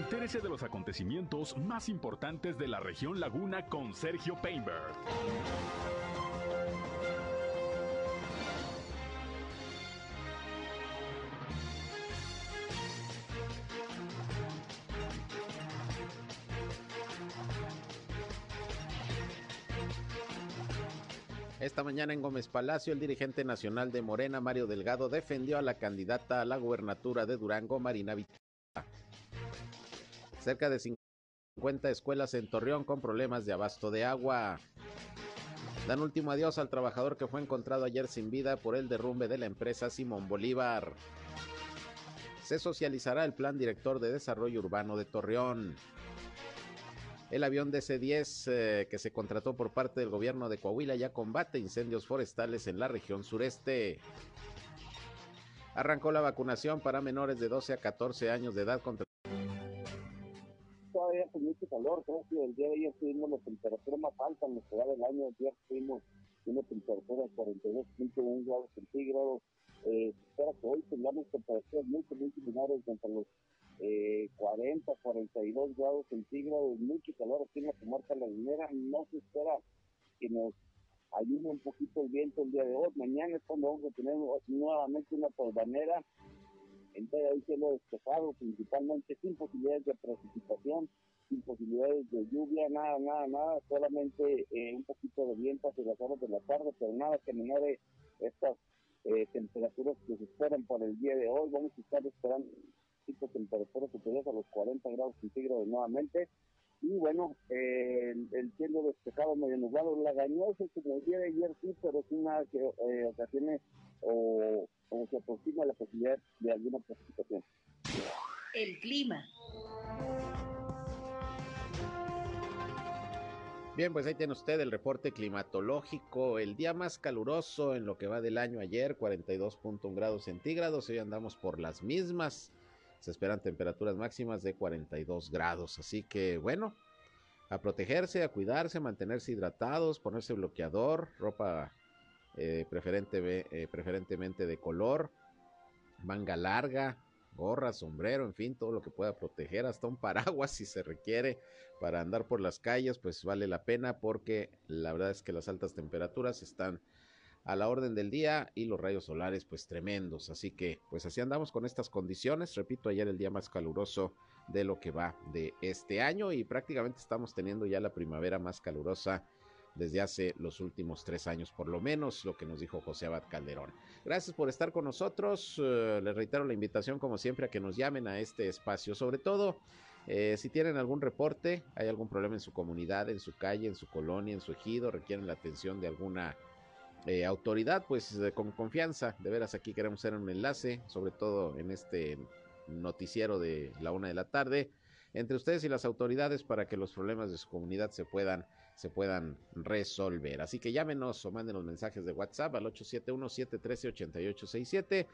Entérese de los acontecimientos más importantes de la región Laguna con Sergio Painberg. Esta mañana en Gómez Palacio, el dirigente nacional de Morena, Mario Delgado, defendió a la candidata a la gubernatura de Durango, Marina Vitela. Cerca de 50 escuelas en Torreón con problemas de abasto de agua. Dan último adiós al trabajador que fue encontrado ayer sin vida por el derrumbe de la empresa Simón Bolívar. Se socializará el Plan Director de Desarrollo Urbano de Torreón. El avión DC-10 que se contrató por parte del gobierno de Coahuila ya combate incendios forestales en la región sureste. Arrancó la vacunación para menores de 12 a 14 años de edad contra... Todavía con mucho calor, creo que el día de ayer tuvimos la temperatura más alta en la ciudad del año. Ayer tuvimos una temperatura de 42.1 grados centígrados. Se espera que hoy tengamos temperaturas muy similares entre los 40, 42 grados centígrados, mucho calor aquí en la comarca lagunera. No se espera que nos ayude un poquito el viento el día de hoy. Mañana es cuando vamos a tener nuevamente una polvanera. Entonces hay cielo despejado, principalmente sin posibilidades de precipitación, sin posibilidades de lluvia, nada, solamente un poquito de viento hacia las horas de la tarde, pero nada que menore estas temperaturas que se esperan para el día de hoy. Vamos a estar esperando temperaturas superiores a los 40 grados centígrados nuevamente. Y bueno, el cielo despejado, medio nublado, lagañoso, como el día de ayer sí, pero sin nada que ocasione o se aproxima la posibilidad de alguna precipitación. El clima. Bien, pues ahí tiene usted el reporte climatológico. El día más caluroso en lo que va del año ayer, 42.1 grados centígrados. Hoy andamos por las mismas. Se esperan temperaturas máximas de 42 grados. Así que bueno, a protegerse, a cuidarse, a mantenerse hidratados, ponerse bloqueador, ropa preferentemente de color, manga larga, gorra, sombrero, en fin, todo lo que pueda proteger, hasta un paraguas si se requiere para andar por las calles, pues vale la pena, porque la verdad es que las altas temperaturas están a la orden del día y los rayos solares pues tremendos, así que pues así andamos con estas condiciones. Repito, ayer el día más caluroso de lo que va de este año y prácticamente estamos teniendo ya la primavera más calurosa desde hace los últimos 3 años, por lo menos, lo que nos dijo José Abad Calderón. Gracias por estar con nosotros. Les reitero la invitación, como siempre, a que nos llamen a este espacio. Sobre todo, si tienen algún reporte, hay algún problema en su comunidad, en su calle, en su colonia, en su ejido, requieren la atención de alguna autoridad, pues con confianza. De veras, aquí queremos ser un enlace, sobre todo en este noticiero de la 1 de la tarde, entre ustedes y las autoridades para que los problemas de su comunidad se puedan resolver. Así que llámenos o mándenos mensajes de WhatsApp al 871-713-8867,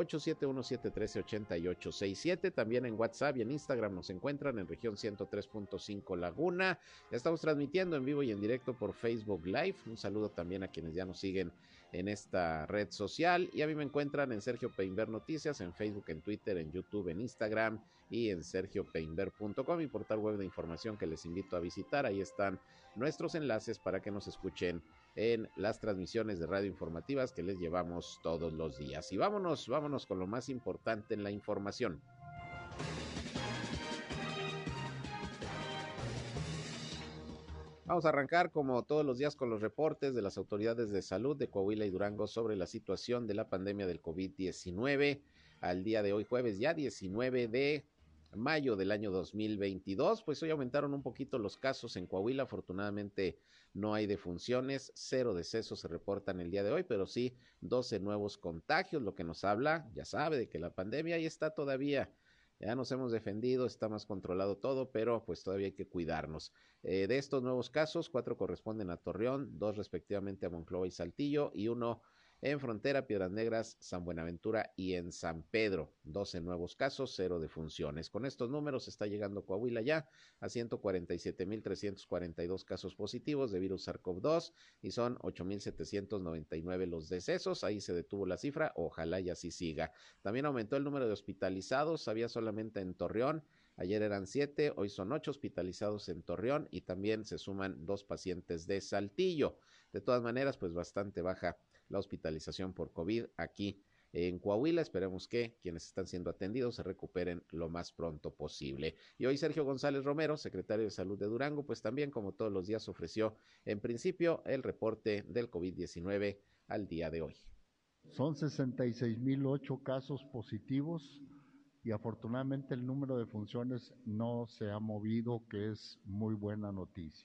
871-713-8867. También en WhatsApp y en Instagram nos encuentran en región 103.5 Laguna. Ya estamos transmitiendo en vivo y en directo por Facebook Live. Un saludo también a quienes ya nos siguen en esta red social. Y a mí me encuentran en Sergio Painberg Noticias, en Facebook, en Twitter, en YouTube, en Instagram y en sergiopainberg.com, mi portal web de información que les invito a visitar. Ahí están nuestros enlaces para que nos escuchen en las transmisiones de radio informativas que les llevamos todos los días. Y vámonos con lo más importante en la información. Vamos a arrancar como todos los días con los reportes de las autoridades de salud de Coahuila y Durango sobre la situación de la pandemia del COVID-19 al día de hoy, jueves ya 19 de mayo del año 2022, pues hoy aumentaron un poquito los casos en Coahuila. Afortunadamente no hay defunciones, 0 decesos se reportan el día de hoy, pero sí 12 nuevos contagios, lo que nos habla, ya sabe, de que la pandemia ahí está todavía. Ya nos hemos defendido, está más controlado todo, pero pues todavía hay que cuidarnos. De estos nuevos casos, 4 corresponden a Torreón, 2 respectivamente a Monclova y Saltillo, y 1 en Frontera, Piedras Negras, San Buenaventura y en San Pedro. 12 nuevos casos, 0 defunciones. Con estos números está llegando Coahuila ya a 147,342 casos positivos de virus SARS-CoV-2 y son 8,799 los decesos. Ahí se detuvo la cifra, ojalá y así siga. También aumentó el número de hospitalizados, había solamente en Torreón Ayer eran 7, hoy son 8 hospitalizados en Torreón y también se suman 2 pacientes de Saltillo. De todas maneras, pues bastante baja la hospitalización por COVID aquí en Coahuila. Esperemos que quienes están siendo atendidos se recuperen lo más pronto posible. Y hoy Sergio González Romero, secretario de Salud de Durango, pues también como todos los días ofreció en principio el reporte del COVID-19 al día de hoy. Son 66,008 casos positivos y afortunadamente el número de funciones no se ha movido, que es muy buena noticia,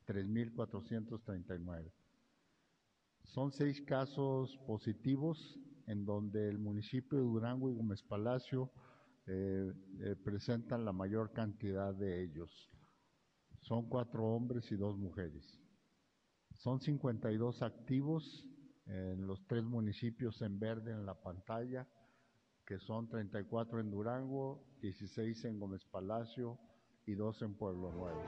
3,439. Son 6 casos positivos en donde el municipio de Durango y Gómez Palacio presentan la mayor cantidad de ellos. Son 4 hombres y 2 mujeres. Son 52 activos en los 3 municipios en verde en la pantalla, que son 34 en Durango, 16 en Gómez Palacio y 2 en Pueblo Nuevo.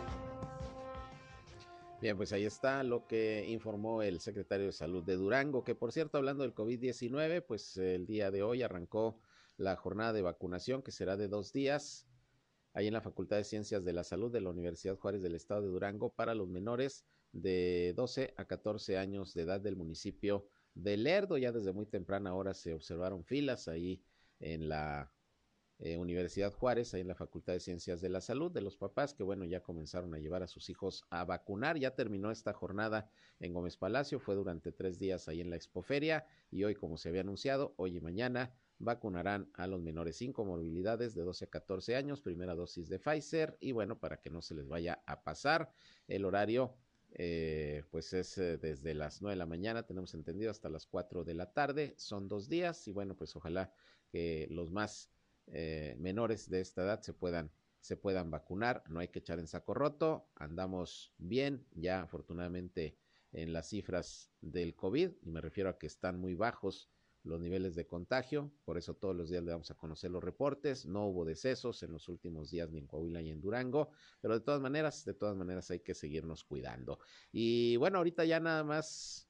Bien, pues ahí está lo que informó el secretario de Salud de Durango, que por cierto, hablando del COVID-19, pues el día de hoy arrancó la jornada de vacunación, que será de 2 días, ahí en la Facultad de Ciencias de la Salud de la Universidad Juárez del Estado de Durango, para los menores de 12 a 14 años de edad del municipio de Lerdo. Ya desde muy temprana hora se observaron filas ahí en la Universidad Juárez, ahí en la Facultad de Ciencias de la Salud, de los papás que, bueno, ya comenzaron a llevar a sus hijos a vacunar. Ya terminó esta jornada en Gómez Palacio, fue durante 3 días ahí en la Expoferia, y hoy, como se había anunciado, hoy y mañana vacunarán a los menores sin comorbilidades de 12 a 14 años, primera dosis de Pfizer, y bueno, para que no se les vaya a pasar, el horario pues es desde las 9 de la mañana, tenemos entendido, hasta las 4 de la tarde, son 2 días, y bueno, pues ojalá que los más menores de esta edad se puedan vacunar. No hay que echar en saco roto, andamos bien ya afortunadamente en las cifras del COVID, y me refiero a que están muy bajos los niveles de contagio, por eso todos los días le vamos a conocer los reportes. No hubo decesos en los últimos días ni en Coahuila ni en Durango, pero de todas maneras hay que seguirnos cuidando. Y bueno, ahorita ya nada más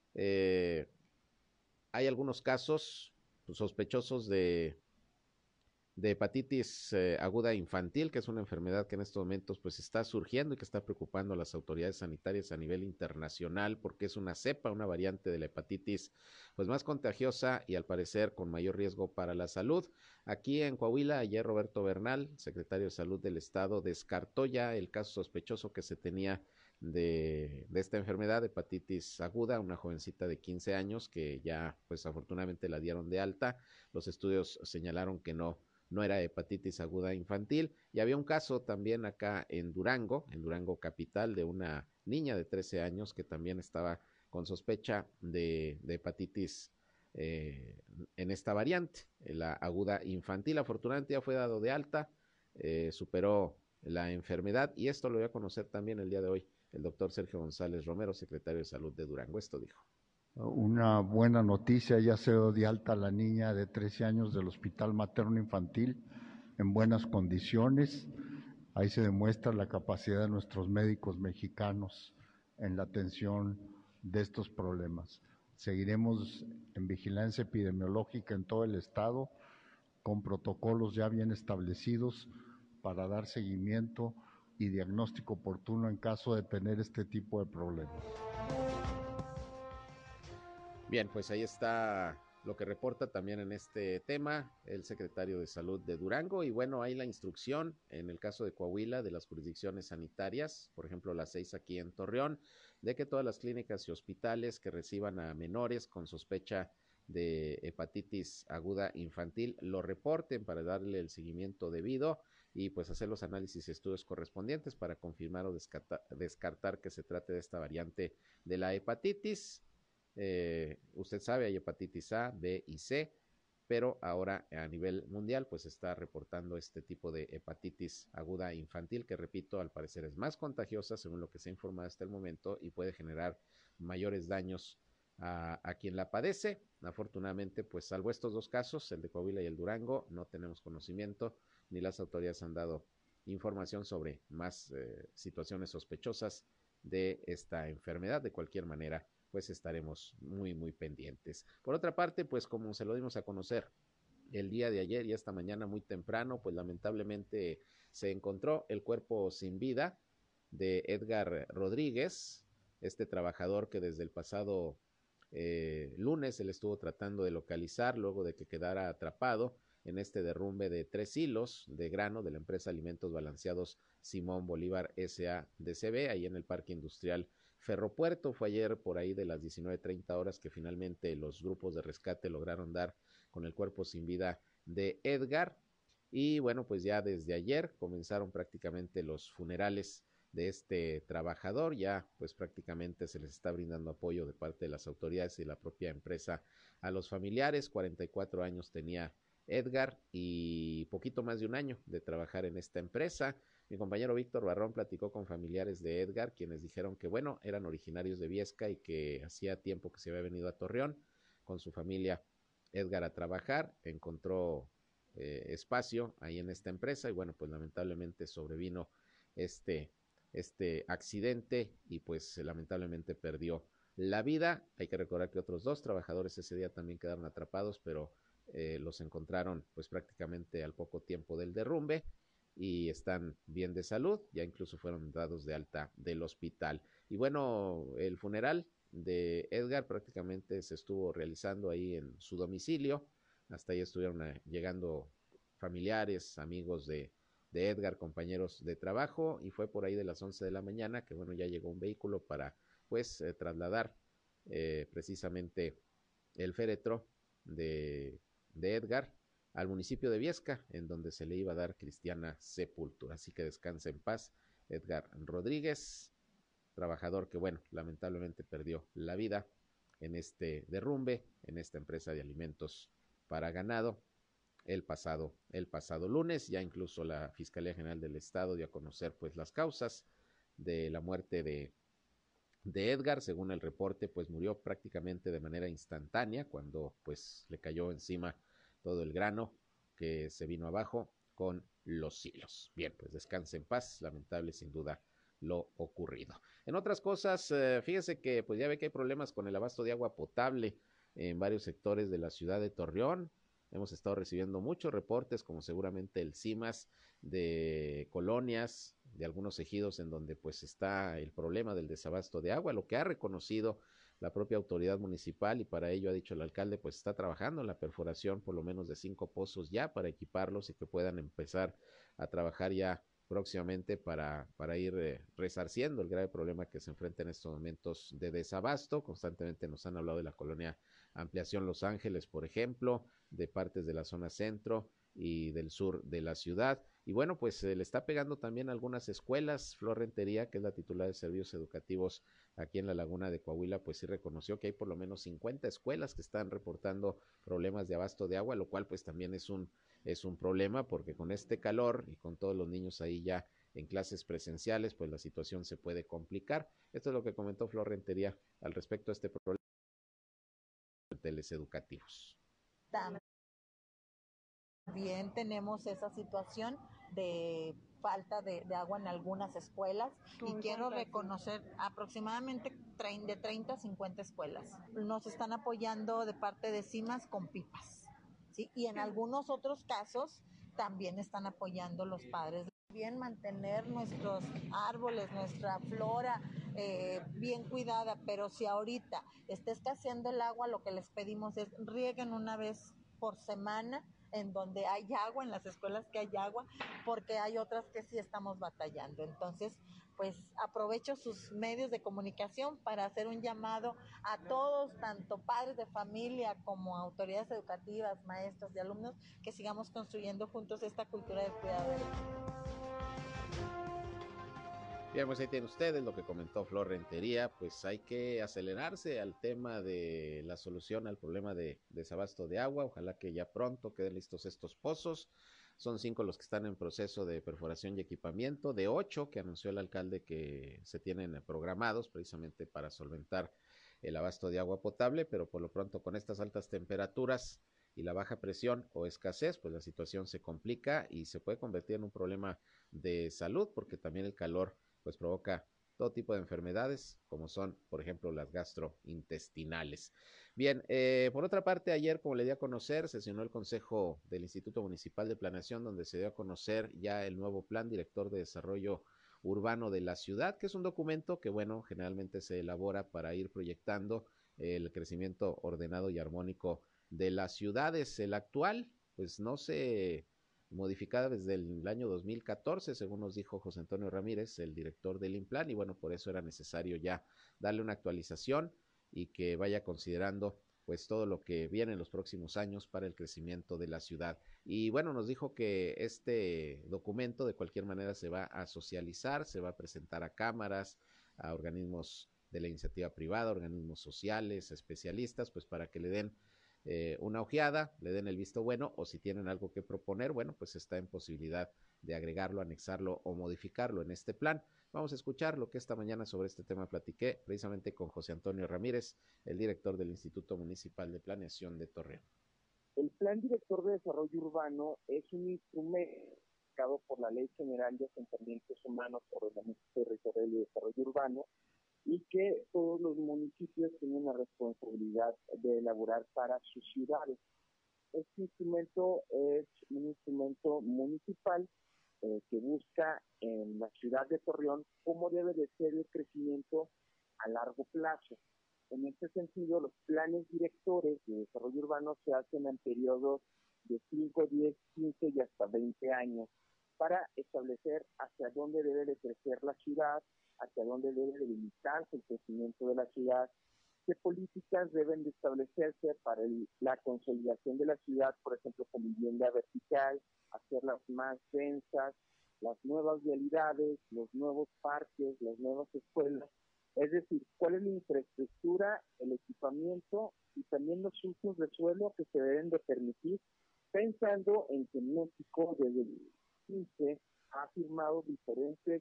hay algunos casos sospechosos de hepatitis aguda infantil, que es una enfermedad que en estos momentos pues está surgiendo y que está preocupando a las autoridades sanitarias a nivel internacional, porque es una cepa, una variante de la hepatitis pues más contagiosa y al parecer con mayor riesgo para la salud. Aquí en Coahuila, ayer Roberto Bernal, secretario de Salud del Estado, descartó ya el caso sospechoso que se tenía de esta enfermedad de hepatitis aguda, una jovencita de 15 años que ya pues afortunadamente la dieron de alta. Los estudios señalaron que no era hepatitis aguda infantil, y había un caso también acá en Durango capital, de una niña de 13 años que también estaba con sospecha de hepatitis en esta variante, la aguda infantil. Afortunadamente ya fue dado de alta, superó la enfermedad, y esto lo voy a conocer también el día de hoy el doctor Sergio González Romero, secretario de Salud de Durango. Esto dijo: una buena noticia, ya se dio de alta la niña de 13 años del Hospital Materno Infantil en buenas condiciones. Ahí se demuestra la capacidad de nuestros médicos mexicanos en la atención de estos problemas. Seguiremos en vigilancia epidemiológica en todo el estado, con protocolos ya bien establecidos para dar seguimiento y diagnóstico oportuno en caso de tener este tipo de problemas. Bien, pues ahí está lo que reporta también en este tema el secretario de Salud de Durango. Y bueno, hay la instrucción en el caso de Coahuila de las jurisdicciones sanitarias, por ejemplo las 6 aquí en Torreón, de que todas las clínicas y hospitales que reciban a menores con sospecha de hepatitis aguda infantil lo reporten para darle el seguimiento debido y pues hacer los análisis y estudios correspondientes para confirmar o descartar que se trate de esta variante de la hepatitis. Usted sabe, hay hepatitis A, B y C, pero ahora a nivel mundial pues está reportando este tipo de hepatitis aguda infantil, que repito, al parecer es más contagiosa según lo que se ha informado hasta el momento y puede generar mayores daños a quien la padece. Afortunadamente, pues salvo estos 2 casos, el de Coahuila y el Durango, no tenemos conocimiento ni las autoridades han dado información sobre más situaciones sospechosas de esta enfermedad. De cualquier manera, pues estaremos muy pendientes. Por otra parte, pues como se lo dimos a conocer el día de ayer y esta mañana muy temprano, pues lamentablemente se encontró el cuerpo sin vida de Edgar Rodríguez, este trabajador que desde el pasado lunes se le estuvo tratando de localizar luego de que quedara atrapado en este derrumbe de 3 hilos de grano de la empresa Alimentos Balanceados Simón Bolívar S.A.D.C.B. ahí en el Parque Industrial Ferropuerto. Fue ayer por ahí de las 19:30 horas que finalmente los grupos de rescate lograron dar con el cuerpo sin vida de Edgar. Y bueno, pues ya desde ayer comenzaron prácticamente los funerales de este trabajador. Ya pues prácticamente se les está brindando apoyo de parte de las autoridades y la propia empresa a los familiares. 44 años tenía Edgar y poquito más de un año de trabajar en esta empresa. Mi compañero Víctor Barrón platicó con familiares de Edgar, quienes dijeron que bueno, eran originarios de Viesca y que hacía tiempo que se había venido a Torreón con su familia Edgar a trabajar, encontró espacio ahí en esta empresa y bueno, pues lamentablemente sobrevino este accidente y pues lamentablemente perdió la vida. Hay que recordar que otros 2 trabajadores ese día también quedaron atrapados, pero los encontraron pues prácticamente al poco tiempo del derrumbe y están bien de salud, ya incluso fueron dados de alta del hospital. Y bueno, el funeral de Edgar prácticamente se estuvo realizando ahí en su domicilio, hasta ahí estuvieron llegando familiares, amigos de Edgar, compañeros de trabajo, y fue por ahí de las 11 de la mañana que bueno, ya llegó un vehículo para pues trasladar precisamente el féretro de Edgar al municipio de Viesca, en donde se le iba a dar cristiana sepultura. Así que descansa en paz Edgar Rodríguez, trabajador que bueno, lamentablemente perdió la vida en este derrumbe, en esta empresa de alimentos para ganado el pasado lunes. Ya incluso la Fiscalía General del Estado dio a conocer pues las causas de la muerte de Edgar. Según el reporte, pues murió prácticamente de manera instantánea cuando pues le cayó encima todo el grano que se vino abajo con los hilos. Bien, pues descanse en paz, lamentable sin duda lo ocurrido. En otras cosas, fíjese que pues ya ve que hay problemas con el abasto de agua potable en varios sectores de la ciudad de Torreón. Hemos estado recibiendo muchos reportes, como seguramente el CIMAS, de colonias, de algunos ejidos en donde pues está el problema del desabasto de agua, lo que ha reconocido la propia autoridad municipal y para ello ha dicho el alcalde pues está trabajando en la perforación por lo menos de 5 pozos ya para equiparlos y que puedan empezar a trabajar ya próximamente para ir resarciendo el grave problema que se enfrenta en estos momentos de desabasto. Constantemente nos han hablado de la colonia Ampliación Los Ángeles, por ejemplo, de partes de la zona centro y del sur de la ciudad. Y bueno, pues le está pegando también a algunas escuelas. Flor Rentería, que es la titular de servicios educativos aquí en la Laguna de Coahuila, pues sí reconoció que hay por lo menos 50 escuelas que están reportando problemas de abasto de agua, lo cual pues también es un problema porque con este calor y con todos los niños ahí ya en clases presenciales, pues la situación se puede complicar. Esto es lo que comentó Flor Rentería al respecto de este problema de teles educativos. También tenemos esa situación de falta de agua en algunas escuelas y quiero reconocer aproximadamente de 30 a 50 escuelas. Nos están apoyando de parte de CIMAS con pipas, ¿sí? Y en algunos otros casos también están apoyando los padres. Bien mantener nuestros árboles, nuestra flora bien cuidada, pero si ahorita está escaseando el agua, lo que les pedimos es rieguen una vez por semana en donde hay agua, en las escuelas que hay agua, porque hay otras que sí estamos batallando. Entonces, pues aprovecho sus medios de comunicación para hacer un llamado a todos, tanto padres de familia como autoridades educativas, maestros y alumnos, que sigamos construyendo juntos esta cultura del cuidado del agua. Bien, pues ahí tienen ustedes lo que comentó Flor Rentería, pues hay que acelerarse al tema de la solución al problema de desabasto de agua, ojalá que ya pronto queden listos estos pozos. Son 5 los que están en proceso de perforación y equipamiento, de 8 que anunció el alcalde que se tienen programados precisamente para solventar el abasto de agua potable, pero por lo pronto con estas altas temperaturas y la baja presión o escasez, pues la situación se complica y se puede convertir en un problema de salud, porque también el calor pues provoca todo tipo de enfermedades, como son, por ejemplo, las gastrointestinales. Bien, por otra parte, ayer, como le di a conocer, sesionó el Consejo del Instituto Municipal de Planeación, donde se dio a conocer ya el nuevo Plan Director de Desarrollo Urbano de la ciudad, que es un documento que, bueno, generalmente se elabora para ir proyectando el crecimiento ordenado y armónico de las ciudades. El actual, pues no se modificada desde el año 2014, según nos dijo José Antonio Ramírez, el director del INPLAN, y bueno, por eso era necesario ya darle una actualización y que vaya considerando pues todo lo que viene en los próximos años para el crecimiento de la ciudad. Y bueno, nos dijo que este documento de cualquier manera se va a socializar, se va a presentar a cámaras, a organismos de la iniciativa privada, organismos sociales, especialistas, pues para que le den una ojeada, le den el visto bueno, o si tienen algo que proponer, bueno, pues está en posibilidad de agregarlo, anexarlo o modificarlo en este plan. Vamos a escuchar lo que esta mañana sobre este tema platiqué precisamente con José Antonio Ramírez, el director del Instituto Municipal de Planeación de Torreón. El Plan Director de Desarrollo Urbano es un instrumento creado por la Ley General de Asentamientos Humanos, Ordenamiento Territorial y Desarrollo Urbano, y que todos los municipios tienen la responsabilidad de elaborar para sus ciudades. Este instrumento es un instrumento municipal que busca en la ciudad de Torreón cómo debe de ser el crecimiento a largo plazo. En este sentido, los planes directores de desarrollo urbano se hacen en periodos de 5, 10, 15 y hasta 20 años para establecer hacia dónde debe de crecer la ciudad, hacia dónde debe de limitarse el crecimiento de la ciudad, qué políticas deben de establecerse para la consolidación de la ciudad, por ejemplo, con vivienda vertical, hacerlas más densas, las nuevas vialidades, los nuevos parques, las nuevas escuelas, es decir, cuál es la infraestructura, el equipamiento y también los usos de suelo que se deben de permitir, pensando en que México desde el 15 ha firmado diferentes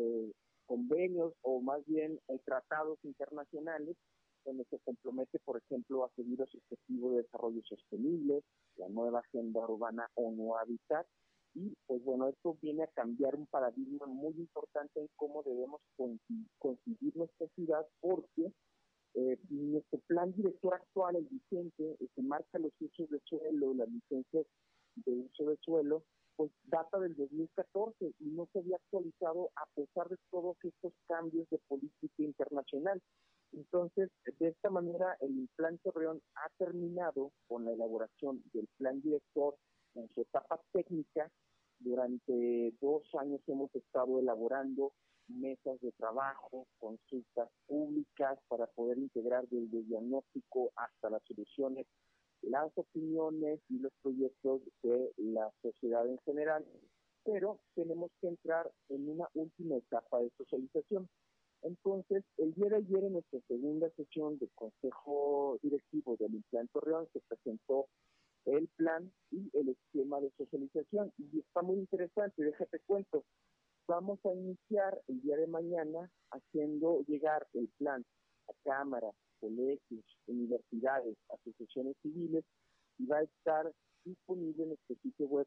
convenios o más bien tratados internacionales donde se compromete, por ejemplo, a seguir los objetivos de desarrollo sostenible, la nueva agenda urbana ONU Habitat, y pues bueno, esto viene a cambiar un paradigma muy importante en cómo debemos concebir nuestra ciudad, porque nuestro plan director actual, el vigente, que marca los usos de suelo, las licencias de uso de suelo, pues data del 2014 y no se había actualizado a pesar de todos estos cambios de política internacional. Entonces, de esta manera, el Plan Torreón ha terminado con la elaboración del plan director en su etapa técnica. Durante 2 años hemos estado elaborando mesas de trabajo, consultas públicas para poder integrar desde el diagnóstico hasta las soluciones, las opiniones y los proyectos de la sociedad en general, pero tenemos que entrar en una última etapa de socialización. Entonces, el día de ayer en nuestra segunda sesión del Consejo Directivo del Plan Torreón se presentó el plan y el esquema de socialización y está muy interesante, déjate cuento. Vamos a iniciar el día de mañana haciendo llegar el plan a cámaras, colegios, universidades, asociaciones civiles y va a estar disponible en nuestro sitio web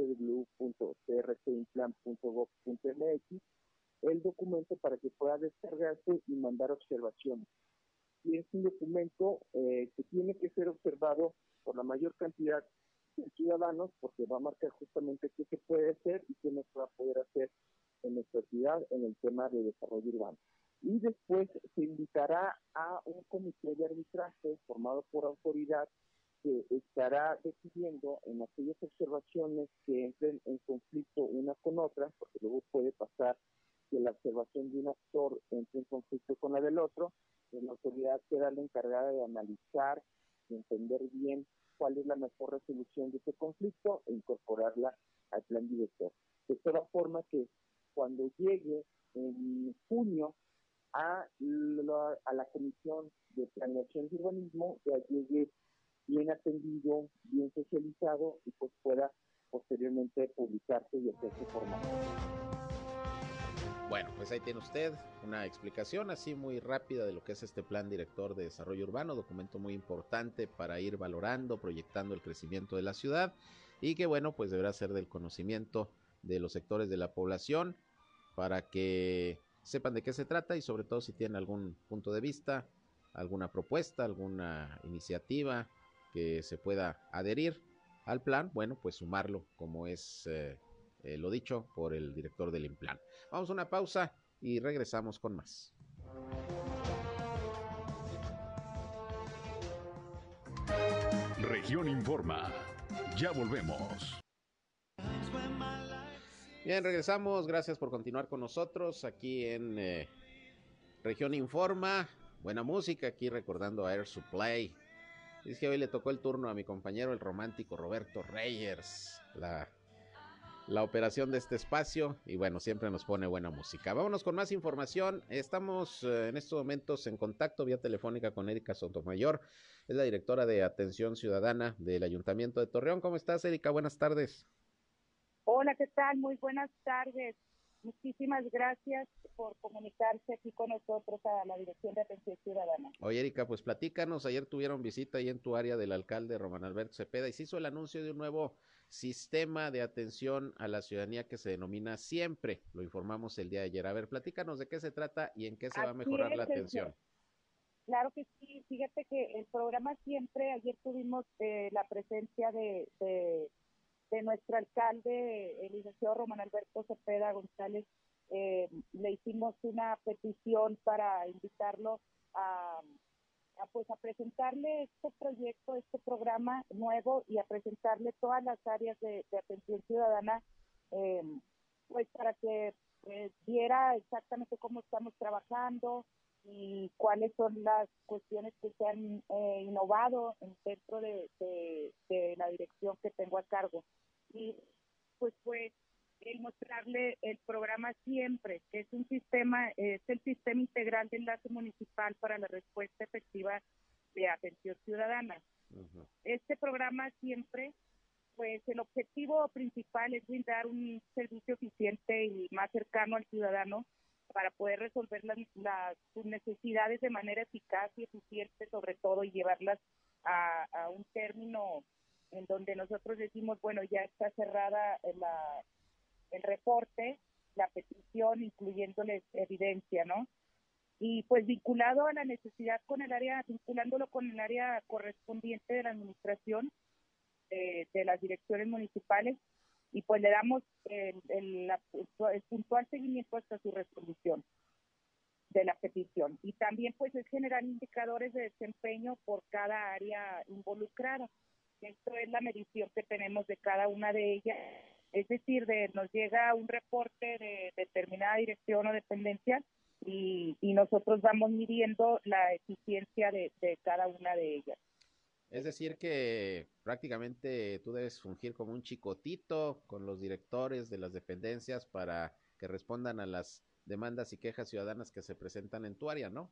www.crcimplan.gov.mx el documento para que pueda descargarse y mandar observaciones. Y es un documento que tiene que ser observado por la mayor cantidad de ciudadanos porque va a marcar justamente qué se puede hacer y qué no se va a poder hacer en nuestra ciudad en el tema de desarrollo urbano. Y después se invitará a un comité de arbitraje formado por autoridad que estará decidiendo en aquellas observaciones que entren en conflicto una con otra, porque luego puede pasar que la observación de un actor entre en conflicto con la del otro, la autoridad será la encargada de analizar y entender bien cuál es la mejor resolución de ese conflicto e incorporarla al plan director. De toda forma que cuando llegue en junio a la Comisión de Planeación y Urbanismo, ya llegue bien atendido, bien socializado y pues pueda posteriormente publicarse y hacerse formal. Bueno, pues ahí tiene usted una explicación así muy rápida de lo que es este Plan Director de Desarrollo Urbano, documento muy importante para ir valorando, proyectando el crecimiento de la ciudad y que bueno, pues deberá ser del conocimiento de los sectores de la población para que sepan de qué se trata y sobre todo si tienen algún punto de vista, alguna propuesta, alguna iniciativa que se pueda adherir al plan, bueno, pues sumarlo como es lo dicho por el director del Implan. Vamos a una pausa y regresamos con más. Región Informa. Ya volvemos. Bien, regresamos. Gracias por continuar con nosotros aquí en Región Informa. Buena música aquí recordando a Air Supply. Es que hoy le tocó el turno a mi compañero el romántico Roberto Reyes, la operación de este espacio, y bueno, siempre nos pone buena música. Vámonos con más información. Estamos en estos momentos en contacto vía telefónica con Erika Sotomayor, es la directora de Atención Ciudadana del Ayuntamiento de Torreón. ¿Cómo estás, Erika? Buenas tardes. Hola, ¿qué tal? Muy buenas tardes. Muchísimas gracias por comunicarse aquí con nosotros a la Dirección de Atención Ciudadana. Oye, Erika, pues platícanos, ayer tuvieron visita ahí en tu área del alcalde Román Alberto Cepeda y se hizo el anuncio de un nuevo sistema de atención a la ciudadanía que se denomina Siempre, lo informamos el día de ayer. A ver, platícanos de qué se trata y en qué se va a mejorar la atención. Claro que sí, fíjate que el programa Siempre, ayer tuvimos la presencia de nuestro alcalde, el licenciado Román Alberto Cepeda González. Le hicimos una petición para invitarlo pues a presentarle este proyecto, este programa nuevo y a presentarle todas las áreas de atención ciudadana, pues para que viera exactamente cómo estamos trabajando y cuáles son las cuestiones que se han innovado dentro de la dirección que tengo a cargo. Y pues fue el mostrarle el programa Siempre, que es un sistema, es el sistema integral de enlace municipal para la respuesta efectiva de atención ciudadana. Uh-huh. Este programa Siempre, pues el objetivo principal es brindar un servicio eficiente y más cercano al ciudadano para poder resolver sus necesidades de manera eficaz y eficiente, sobre todo, y llevarlas a un término en donde nosotros decimos, bueno, ya está cerrada el reporte, la petición, incluyéndoles evidencia, ¿no? Y pues vinculado a la necesidad vinculándolo con el área correspondiente de la administración, de las direcciones municipales, y pues le damos el puntual seguimiento hasta su resolución de la petición. Y también pues es generar indicadores de desempeño por cada área involucrada. Esto es la medición que tenemos de cada una de ellas. Es decir, nos llega un reporte de determinada dirección o dependencia y nosotros vamos midiendo la eficiencia de cada una de ellas. Es decir que prácticamente tú debes fungir como un chicotito con los directores de las dependencias para que respondan a las demandas y quejas ciudadanas que se presentan en tu área, ¿no?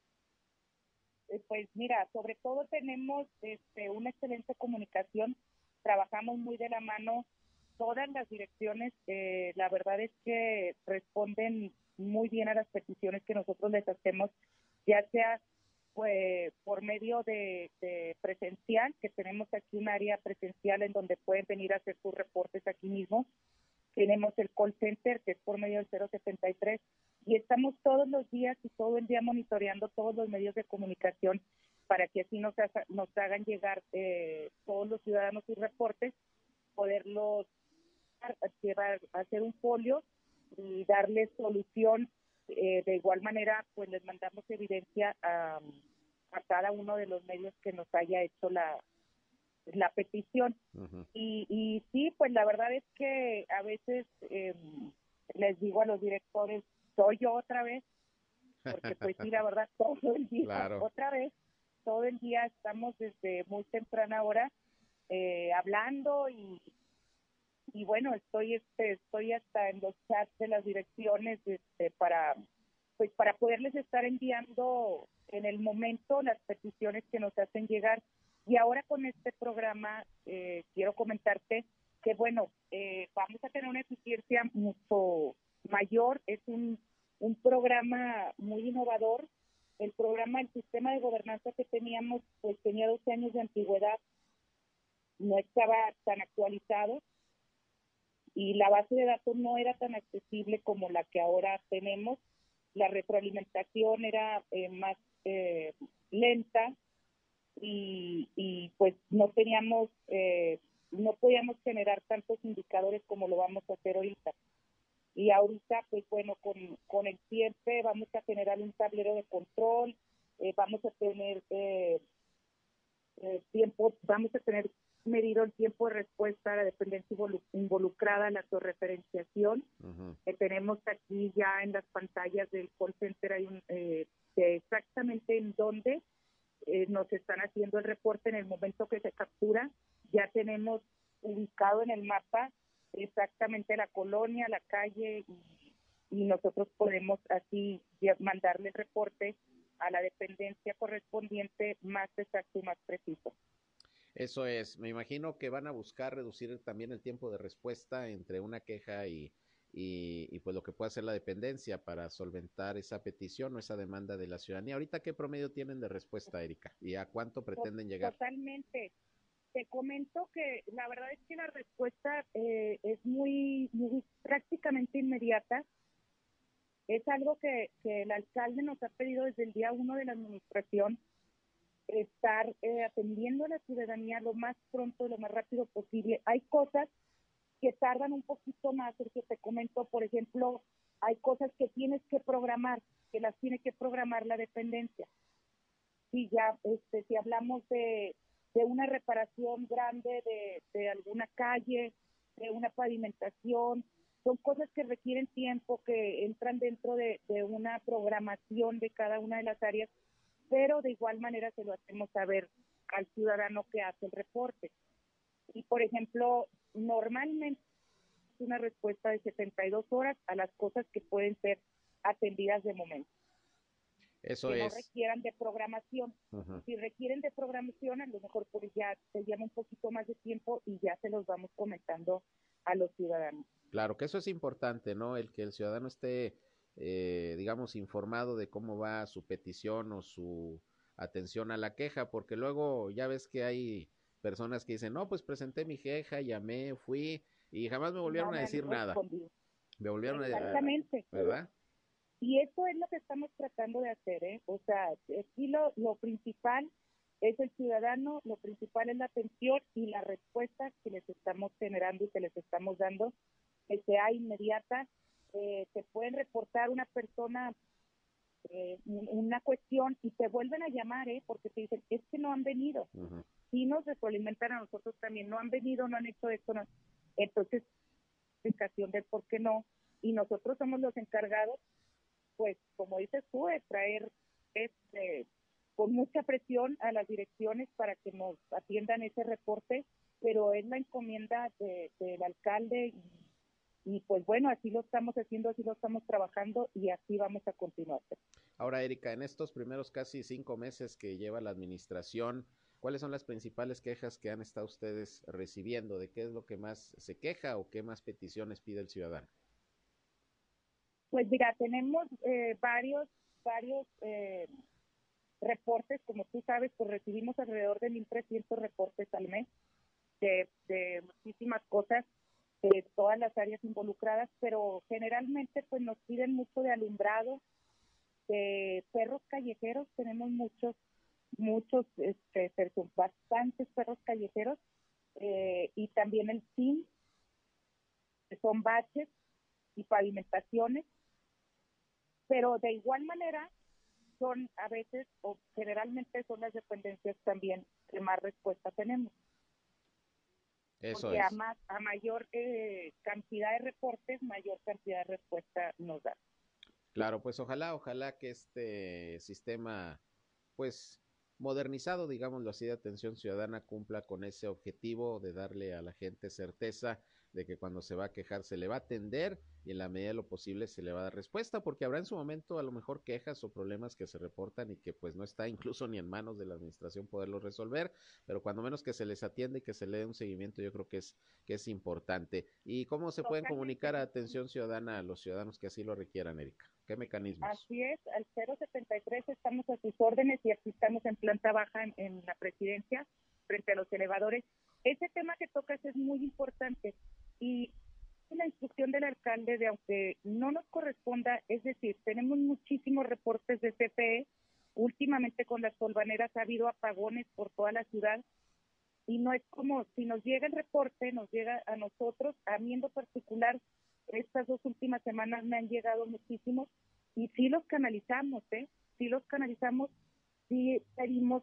Pues mira, sobre todo tenemos una excelente comunicación, trabajamos muy de la mano, todas las direcciones, la verdad es que responden muy bien a las peticiones que nosotros les hacemos, ya sea pues, por medio de presencial, que tenemos aquí un área presencial en donde pueden venir a hacer sus reportes aquí mismo. Tenemos el call center, que es por medio del 073, y estamos todos los días y todo el día monitoreando todos los medios de comunicación para que así nos hagan llegar todos los ciudadanos sus reportes, poderlos llevar, hacer un folio y darles solución. De igual manera, pues les mandamos evidencia a cada uno de los medios que nos haya hecho la petición. Uh-huh. Y sí, pues la verdad es que a veces les digo a los directores, soy yo otra vez, porque pues sí, la verdad, todo el día, claro. Otra vez, todo el día estamos desde muy temprana hora hablando y bueno, estoy hasta en los chats de las direcciones para poderles estar enviando en el momento las peticiones que nos hacen llegar. Y ahora con este programa quiero comentarte que bueno, vamos a tener una eficiencia mucho mayor. Es un programa muy innovador. El sistema de gobernanza que teníamos, pues tenía 12 años de antigüedad, no estaba tan actualizado y la base de datos no era tan accesible como la que ahora tenemos. la retroalimentación era más lenta y pues no teníamos, no podíamos generar tantos indicadores como lo vamos a hacer ahorita. Y ahorita, pues bueno, con el tiempo vamos a generar un tablero de control, vamos a tener vamos a tener medido el tiempo de respuesta a la dependencia involucrada en la autorreferenciación. Tenemos aquí ya en las pantallas del call center hay exactamente en dónde nos están haciendo el reporte en el momento que se captura. Ya tenemos ubicado en el mapa exactamente la colonia, la calle, y nosotros podemos así mandarle el reporte a la dependencia correspondiente más exacto y más preciso. Eso es, me imagino que van a buscar reducir también el tiempo de respuesta entre una queja y pues lo que puede hacer la dependencia para solventar esa petición o esa demanda de la ciudadanía. Ahorita, ¿qué promedio tienen de respuesta, Erika? ¿Y a cuánto pretenden llegar? Totalmente. Te comento que la verdad es que la respuesta es muy prácticamente inmediata. Es algo que el alcalde nos ha pedido desde el día 1 de la administración, estar atendiendo a la ciudadanía lo más pronto, lo más rápido posible. Hay cosas que tardan un poquito más, Sergio, te comento, por ejemplo, hay cosas que tienes que programar, que las tiene que programar la dependencia. Si ya, si hablamos de una reparación grande de alguna calle, de una pavimentación, son cosas que requieren tiempo, que entran dentro de una programación de cada una de las áreas, pero de igual manera se lo hacemos saber al ciudadano que hace el reporte. Y, por ejemplo, normalmente es una respuesta de 72 horas a las cosas que pueden ser atendidas de momento. Eso que es. no requieran de programación. Si requieren de programación, a lo mejor pues ya se llama un poquito más de tiempo y ya se los vamos comentando a los ciudadanos. Claro, que eso es importante, ¿no? El que el ciudadano esté, digamos, informado de cómo va su petición o su atención a la queja, porque luego ya ves que hay personas que dicen, no, pues presenté mi queja, llamé, fui y jamás me volvieron a decir nada. Me volvieron Exactamente. ¿verdad? Y eso es lo que estamos tratando de hacer, ¿eh? O sea, aquí lo principal es el ciudadano, lo principal es la atención y la respuesta que les estamos generando y que les estamos dando, que sea inmediata. Te pueden reportar una persona una cuestión y te vuelven a llamar, porque te dicen, es que no han venido. Y nos retroalimentan a nosotros también, no han venido, no han hecho esto. No. Entonces, explicación del por qué no. Y nosotros somos los encargados, pues, como dices tú, de traer con mucha presión a las direcciones para que nos atiendan ese reporte, pero es la encomienda del alcalde y pues bueno, así lo estamos haciendo, así lo estamos trabajando y así vamos a continuar. Ahora, Erika, en estos primeros casi 5 meses que lleva la administración, ¿cuáles son las principales quejas que han estado ustedes recibiendo? ¿De qué es lo que más se queja o qué más peticiones pide el ciudadano? Pues mira, tenemos varios reportes, como tú sabes, pues recibimos alrededor de 1,300 reportes al mes de muchísimas cosas, de todas las áreas involucradas, pero generalmente pues nos piden mucho de alumbrado, de perros callejeros, tenemos muchos, bastantes perros callejeros, y también el SIM, que son baches y pavimentaciones, pero de igual manera son a veces o generalmente son las dependencias también que más respuesta tenemos. Eso porque es. a mayor cantidad de reportes, mayor cantidad de respuesta nos da. Claro, pues ojalá que este sistema, pues modernizado, digámoslo así, de atención ciudadana cumpla con ese objetivo de darle a la gente certeza de que cuando se va a quejar se le va a atender y en la medida de lo posible se le va a dar respuesta, porque habrá en su momento a lo mejor quejas o problemas que se reportan y que pues no está incluso ni en manos de la administración poderlos resolver, pero cuando menos que se les atiende y que se le dé un seguimiento, yo creo que es importante. ¿Y cómo se pueden comunicar a atención ciudadana a los ciudadanos que así lo requieran, Erika? ¿Qué mecanismos? Así es, al 073 estamos a sus órdenes y aquí estamos en planta baja en la presidencia, frente a los elevadores. Ese tema que tocas es muy importante y la instrucción del alcalde de, aunque no nos corresponda, es decir, tenemos muchísimos reportes de CFE. Últimamente con las tolvaneras ha habido apagones por toda la ciudad y no es como si nos llega el reporte, nos llega a nosotros, a mí en lo particular, estas 2 últimas semanas me han llegado muchísimos y sí los canalizamos, sí los canalizamos, sí pedimos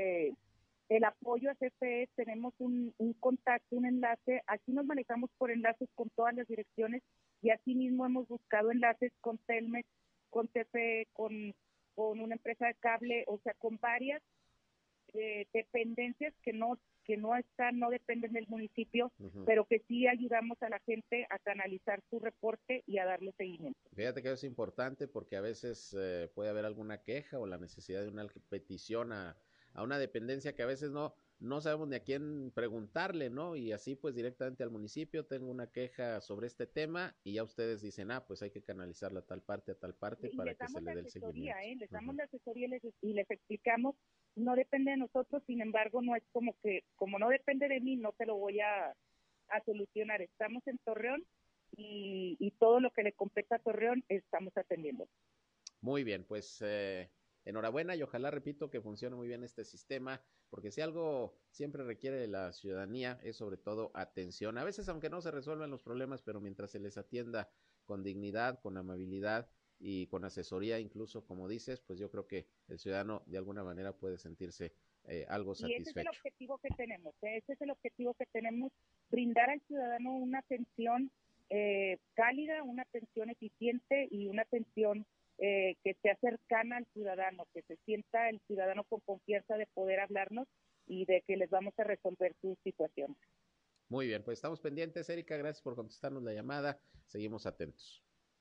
el apoyo a CFE, tenemos un contacto, un enlace, aquí nos manejamos por enlaces con todas las direcciones y así mismo hemos buscado enlaces con Telmex, con CFE, con una empresa de cable, o sea, con varias dependencias que no dependen del municipio, pero que sí ayudamos a la gente a canalizar su reporte y a darle seguimiento. Fíjate que es importante porque a veces puede haber alguna queja o la necesidad de una petición a una dependencia que a veces no sabemos ni a quién preguntarle, ¿no? Y así pues directamente al municipio, tengo una queja sobre este tema y ya ustedes dicen, pues hay que canalizarla a tal parte para que se le dé el seguimiento. Les damos la asesoría y les explicamos, no depende de nosotros, sin embargo no es como no depende de mí, no te lo voy a solucionar. Estamos en Torreón y todo lo que le compete a Torreón estamos atendiendo. Muy bien, pues enhorabuena y ojalá, repito, que funcione muy bien este sistema, porque si algo siempre requiere de la ciudadanía es sobre todo atención. A veces, aunque no se resuelvan los problemas, pero mientras se les atienda con dignidad, con amabilidad y con asesoría, incluso como dices, pues yo creo que el ciudadano de alguna manera puede sentirse algo satisfecho. Y ese es el objetivo que tenemos, brindar al ciudadano una atención cálida, una atención eficiente y una atención que sea cercana al ciudadano, que se sienta el ciudadano con confianza de poder hablarnos y de que les vamos a resolver su situación. Muy bien, pues estamos pendientes, Erika, gracias por contestarnos la llamada, seguimos atentos.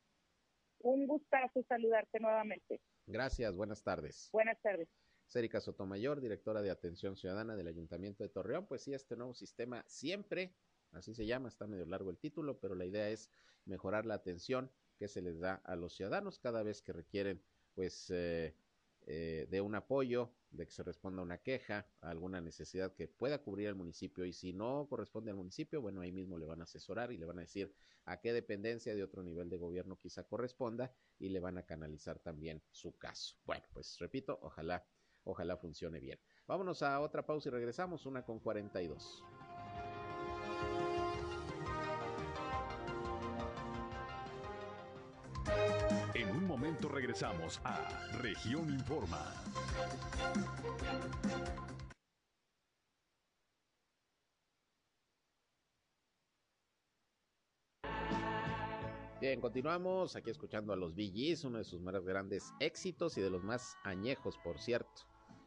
Un gustazo saludarte nuevamente. Gracias, buenas tardes. Buenas tardes. Erika Sotomayor, directora de Atención Ciudadana del Ayuntamiento de Torreón. Pues sí, este nuevo sistema siempre, así se llama, está medio largo el título, pero la idea es mejorar la atención que se les da a los ciudadanos cada vez que requieren, pues, de un apoyo, de que se responda a una queja, a alguna necesidad que pueda cubrir el municipio, y si no corresponde al municipio, bueno, ahí mismo le van a asesorar y le van a decir a qué dependencia de otro nivel de gobierno quizá corresponda y le van a canalizar también su caso. Bueno, pues repito, ojalá funcione bien. Vámonos a otra pausa y regresamos, 1:42. En un momento regresamos a Región Informa. Bien, continuamos aquí escuchando a los Bee Gees, uno de sus más grandes éxitos y de los más añejos, por cierto.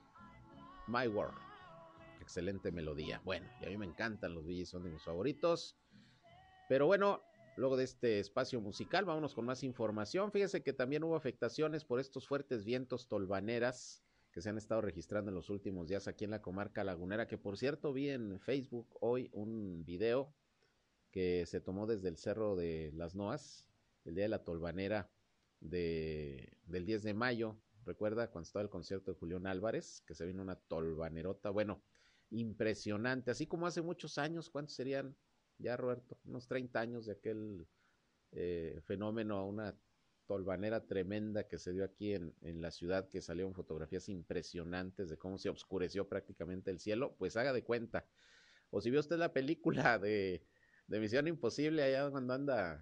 My World, excelente melodía. Bueno, y a mí me encantan los Bee Gees, son de mis favoritos. Pero bueno, luego de este espacio musical, vámonos con más información. Fíjese que también hubo afectaciones por estos fuertes vientos tolvaneras que se han estado registrando en los últimos días aquí en la comarca lagunera, que por cierto vi en Facebook hoy un video que se tomó desde el Cerro de las Noas, el día de la tolvanera del 10 de mayo. Recuerda cuando estaba el concierto de Julián Álvarez, que se vino una tolvanerota, bueno, impresionante, así como hace muchos años. ¿Cuántos serían ya, Roberto? Unos 30 años de aquel fenómeno, una tolvanera tremenda que se dio aquí en la ciudad, que salieron fotografías impresionantes de cómo se oscureció prácticamente el cielo. Pues haga de cuenta, o si vio usted la película de Misión Imposible, allá cuando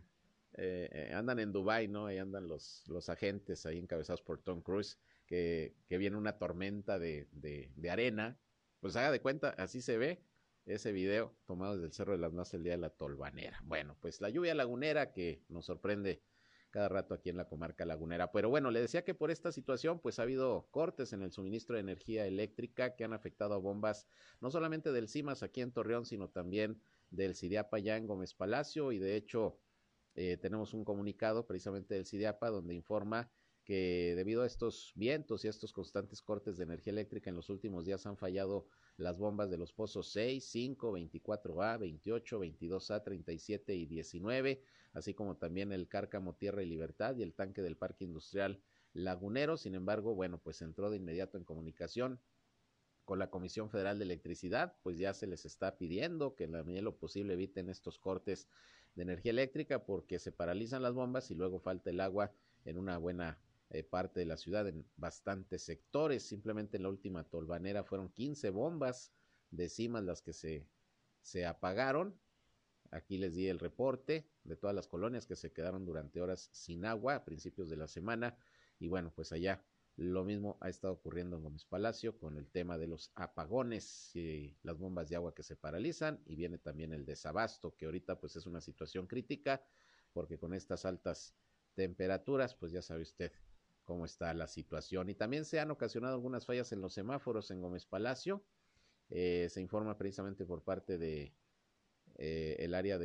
andan en Dubái, ¿no? Ahí andan los agentes ahí encabezados por Tom Cruise, que viene una tormenta de arena. Pues haga de cuenta, así se ve ese video tomado desde el Cerro de las Noas el día de la tolvanera. Bueno, pues la lluvia lagunera que nos sorprende cada rato aquí en la comarca lagunera. Pero bueno, le decía que por esta situación pues ha habido cortes en el suministro de energía eléctrica que han afectado a bombas no solamente del CIMAS aquí en Torreón, sino también del CIDIAPA ya en Gómez Palacio, y de hecho tenemos un comunicado precisamente del CIDIAPA donde informa que debido a estos vientos y a estos constantes cortes de energía eléctrica en los últimos días han fallado las bombas de los pozos 6, 5, 24A, 28, 22A, 37 y 19, así como también el Cárcamo Tierra y Libertad y el tanque del Parque Industrial Lagunero. Sin embargo, bueno, pues entró de inmediato en comunicación con la Comisión Federal de Electricidad, pues ya se les está pidiendo que en la medida de lo posible eviten estos cortes de energía eléctrica porque se paralizan las bombas y luego falta el agua en una buena parte de la ciudad, en bastantes sectores. Simplemente en la última tolvanera fueron 15 bombas décimas las que se apagaron. Aquí les di el reporte de todas las colonias que se quedaron durante horas sin agua a principios de la semana. Y bueno, pues allá lo mismo ha estado ocurriendo en Gómez Palacio con el tema de los apagones y las bombas de agua que se paralizan, y viene también el desabasto, que ahorita pues es una situación crítica porque con estas altas temperaturas pues ya sabe usted cómo está la situación. Y también se han ocasionado algunas fallas en los semáforos en Gómez Palacio. Se informa precisamente por parte de el área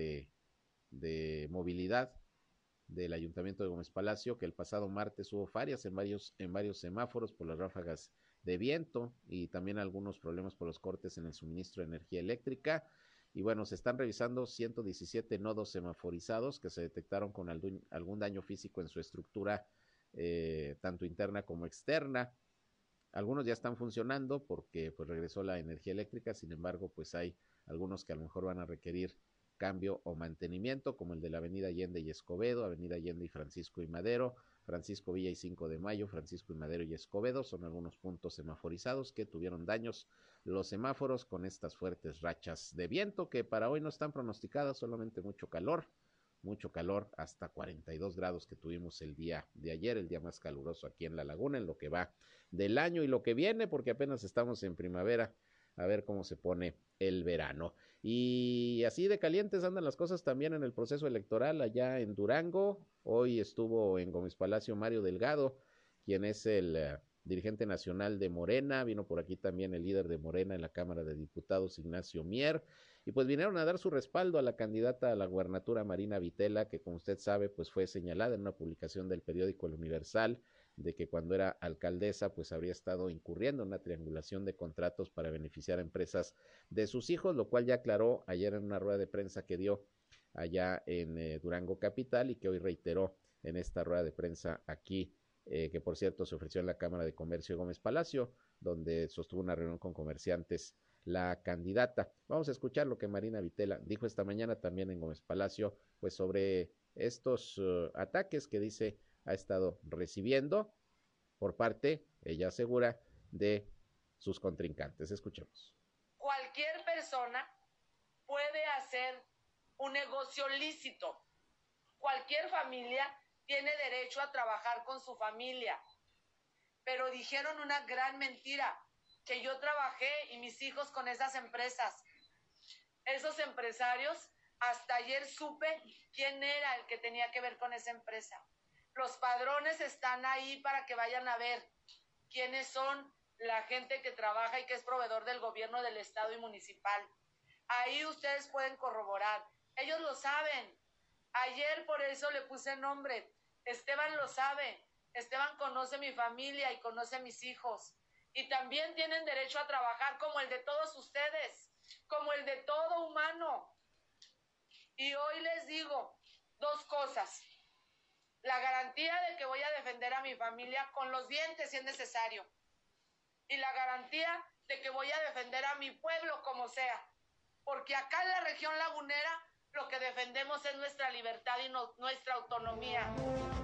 de movilidad del Ayuntamiento de Gómez Palacio que el pasado martes hubo fallas en varios semáforos por las ráfagas de viento y también algunos problemas por los cortes en el suministro de energía eléctrica. Y bueno, se están revisando 117 nodos semaforizados que se detectaron con algún daño físico en su estructura, tanto interna como externa. Algunos ya están funcionando porque pues regresó la energía eléctrica, sin embargo pues hay algunos que a lo mejor van a requerir cambio o mantenimiento, como el de la avenida Allende y Escobedo, avenida Allende y Francisco y Madero, Francisco Villa y 5 de Mayo, Francisco y Madero y Escobedo, son algunos puntos semaforizados que tuvieron daños los semáforos con estas fuertes rachas de viento que para hoy no están pronosticadas, solamente mucho calor, hasta 42 grados que tuvimos el día de ayer, el día más caluroso aquí en La Laguna, en lo que va del año y lo que viene, porque apenas estamos en primavera, a ver cómo se pone el verano. Y así de calientes andan las cosas también en el proceso electoral allá en Durango. Hoy estuvo en Gómez Palacio Mario Delgado, quien es el dirigente nacional de Morena. Vino por aquí también el líder de Morena en la Cámara de Diputados, Ignacio Mier, y pues vinieron a dar su respaldo a la candidata a la gubernatura Marina Vitela, que como usted sabe pues fue señalada en una publicación del periódico El Universal de que cuando era alcaldesa pues habría estado incurriendo en una triangulación de contratos para beneficiar a empresas de sus hijos, lo cual ya aclaró ayer en una rueda de prensa que dio allá en Durango Capital y que hoy reiteró en esta rueda de prensa aquí, que por cierto se ofreció en la Cámara de Comercio de Gómez Palacio, donde sostuvo una reunión con comerciantes la candidata. Vamos a escuchar lo que Marina Vitela dijo esta mañana también en Gómez Palacio, pues sobre estos ataques que dice ha estado recibiendo por parte, ella asegura, de sus contrincantes. Escuchemos. Cualquier persona puede hacer un negocio lícito. Cualquier familia tiene derecho a trabajar con su familia. Pero dijeron una gran mentira, que yo trabajé y mis hijos con esas empresas. Esos empresarios, hasta ayer supe quién era el que tenía que ver con esa empresa. Los padrones están ahí para que vayan a ver quiénes son la gente que trabaja y que es proveedor del gobierno del estado y municipal. Ahí ustedes pueden corroborar. Ellos lo saben. Ayer por eso le puse nombre. Esteban lo sabe. Esteban conoce mi familia y conoce mis hijos. Y también tienen derecho a trabajar como el de todos ustedes, como el de todo humano. Y hoy les digo dos cosas. La garantía de que voy a defender a mi familia con los dientes si es necesario. Y la garantía de que voy a defender a mi pueblo como sea. Porque acá en la región lagunera lo que defendemos es nuestra libertad y nuestra autonomía.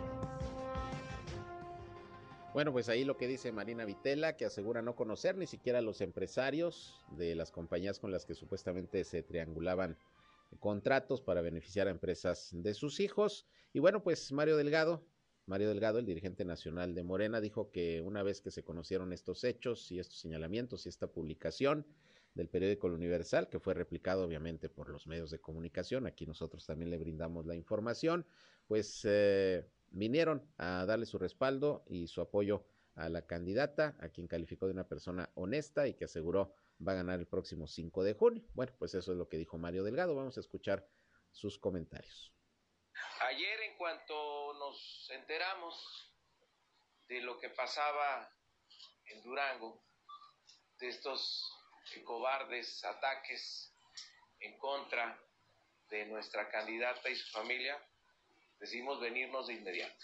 Bueno, pues ahí lo que dice Marina Vitela, que asegura no conocer ni siquiera a los empresarios de las compañías con las que supuestamente se triangulaban contratos para beneficiar a empresas de sus hijos. Y bueno, pues Mario Delgado, el dirigente nacional de Morena, dijo que una vez que se conocieron estos hechos y estos señalamientos y esta publicación del periódico El Universal, que fue replicado obviamente por los medios de comunicación, aquí nosotros también le brindamos la información, pues vinieron a darle su respaldo y su apoyo a la candidata, a quien calificó de una persona honesta y que aseguró va a ganar el próximo 5 de junio. Bueno, pues eso es lo que dijo Mario Delgado. Vamos a escuchar sus comentarios. Ayer, en cuanto nos enteramos de lo que pasaba en Durango, de estos cobardes ataques en contra de nuestra candidata y su familia, decidimos venirnos de inmediato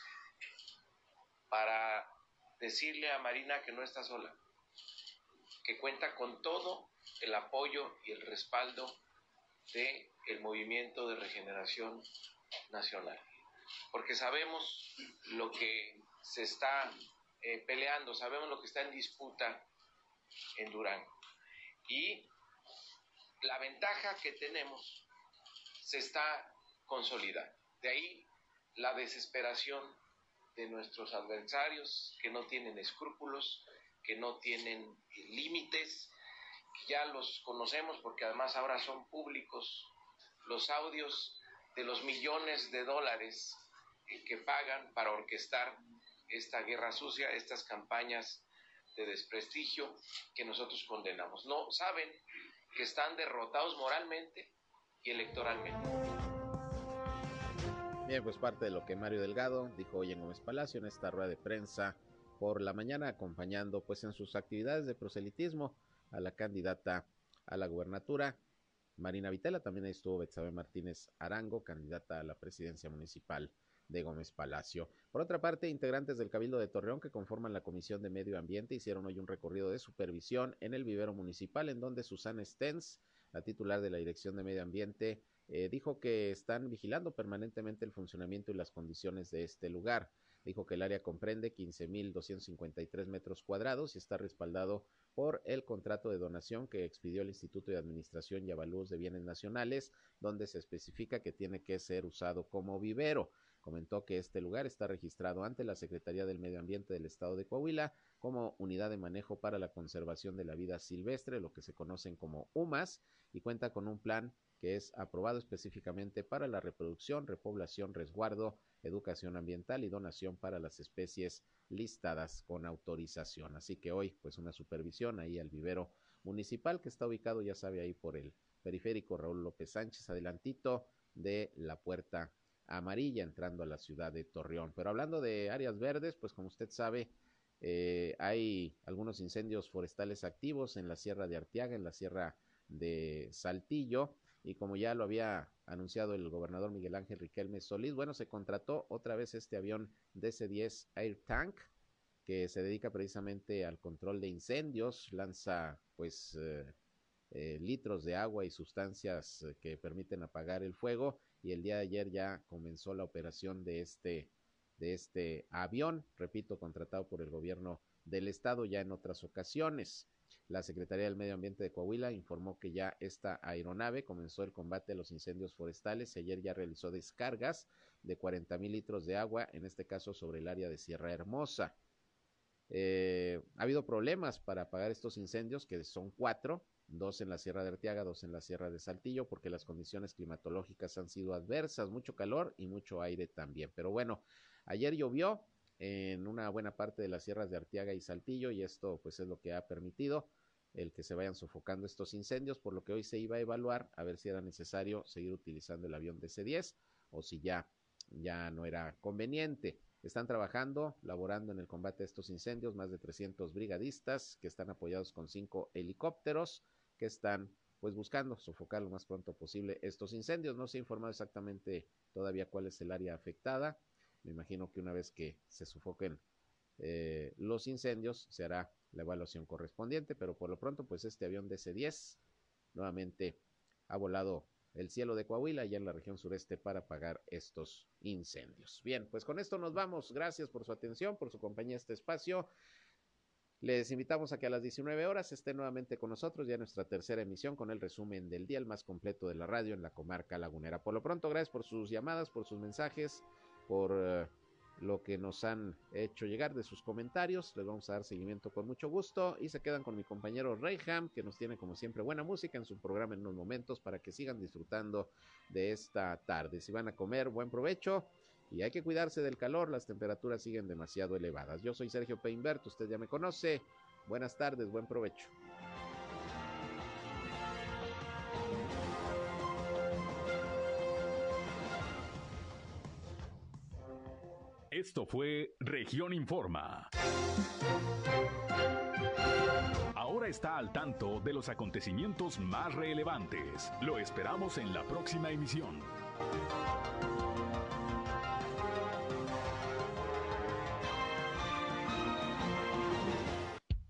para decirle a Marina que no está sola, que cuenta con todo el apoyo y el respaldo del Movimiento de Regeneración Nacional, porque sabemos lo que se está peleando, sabemos lo que está en disputa en Durango, y la ventaja que tenemos se está consolidando. De ahí la desesperación de nuestros adversarios, que no tienen escrúpulos, que no tienen límites, que ya los conocemos porque además ahora son públicos los audios de los millones de dólares que pagan para orquestar esta guerra sucia, estas campañas de desprestigio que nosotros condenamos. No saben que están derrotados moralmente y electoralmente. Bien, pues parte de lo que Mario Delgado dijo hoy en Gómez Palacio en esta rueda de prensa por la mañana, acompañando pues en sus actividades de proselitismo a la candidata a la gubernatura, Marina Vitela. También ahí estuvo Betsabe Martínez Arango, candidata a la presidencia municipal de Gómez Palacio. Por otra parte, integrantes del Cabildo de Torreón que conforman la Comisión de Medio Ambiente hicieron hoy un recorrido de supervisión en el vivero municipal, en donde Susana Stens, la titular de la Dirección de Medio Ambiente, dijo que están vigilando permanentemente el funcionamiento y las condiciones de este lugar. Dijo que el área comprende 15,253 metros cuadrados y está respaldado por el contrato de donación que expidió el Instituto de Administración y Avalúos de Bienes Nacionales, donde se especifica que tiene que ser usado como vivero. Comentó que este lugar está registrado ante la Secretaría del Medio Ambiente del Estado de Coahuila como Unidad de Manejo para la Conservación de la Vida Silvestre, lo que se conocen como UMAS, y cuenta con un plan que es aprobado específicamente para la reproducción, repoblación, resguardo, educación ambiental y donación para las especies listadas con autorización. Así que hoy, pues una supervisión ahí al vivero municipal que está ubicado, ya sabe, ahí por el periférico Raúl López Sánchez, adelantito de la Puerta Amarilla, entrando a la ciudad de Torreón. Pero hablando de áreas verdes, pues como usted sabe, hay algunos incendios forestales activos en la Sierra de Arteaga, en la Sierra de Saltillo, y como ya lo había anunciado el gobernador Miguel Ángel Riquelme Solís, bueno, se contrató otra vez este avión DC-10 Air Tank, que se dedica precisamente al control de incendios, lanza pues litros de agua y sustancias que permiten apagar el fuego, y el día de ayer ya comenzó la operación de este avión, repito, contratado por el gobierno del estado ya en otras ocasiones. La Secretaría del Medio Ambiente de Coahuila informó que ya esta aeronave comenzó el combate a los incendios forestales y ayer ya realizó descargas de 40,000 litros de agua, en este caso sobre el área de Sierra Hermosa. Ha habido problemas para apagar estos incendios, que son 4, 2 en la Sierra de Arteaga, 2 en la Sierra de Saltillo, porque las condiciones climatológicas han sido adversas, mucho calor y mucho aire también. Pero bueno, ayer llovió en una buena parte de las sierras de Arteaga y Saltillo, y esto pues es lo que ha permitido el que se vayan sofocando estos incendios, por lo que hoy se iba a evaluar a ver si era necesario seguir utilizando el avión DC-10 o si ya no era conveniente. Están trabajando, laborando en el combate a estos incendios, más de 300 brigadistas que están apoyados con 5 helicópteros que están pues buscando sofocar lo más pronto posible estos incendios. No se ha informado exactamente todavía cuál es el área afectada. Me imagino que una vez que se sofoquen los incendios se hará la evaluación correspondiente, pero por lo pronto pues este avión DC-10 nuevamente ha volado el cielo de Coahuila y en la región sureste para apagar estos incendios. Bien, pues con esto nos vamos. Gracias por su atención, por su compañía a este espacio. Les invitamos a que a las 19 horas estén nuevamente con nosotros ya en nuestra tercera emisión con el resumen del día, el más completo de la radio en la comarca lagunera. Por lo pronto, gracias por sus llamadas, por sus mensajes, por lo que nos han hecho llegar de sus comentarios. Les vamos a dar seguimiento con mucho gusto y se quedan con mi compañero Reyham, que nos tiene como siempre buena música en su programa en unos momentos para que sigan disfrutando de esta tarde. Si van a comer, buen provecho. Y hay que cuidarse del calor, las temperaturas siguen demasiado elevadas. Yo soy Sergio Peinbert, usted ya me conoce. Buenas tardes, buen provecho. Esto fue Región Informa. Ahora está al tanto de los acontecimientos más relevantes. Lo esperamos en la próxima emisión.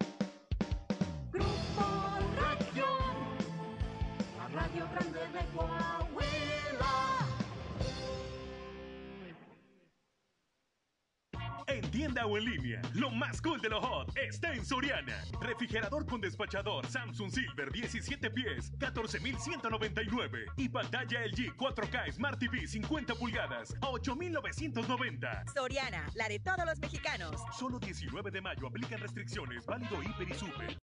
Grupo Región, la radio grande de Coahuila. tienda o en línea. Lo más cool de lo hot está en Soriana. Refrigerador con despachador Samsung Silver 17 pies, 14,199. Y pantalla LG 4K Smart TV 50 pulgadas a 8,990. Soriana, la de todos los mexicanos. Solo 19 de mayo aplican restricciones, válido Hiper y Super.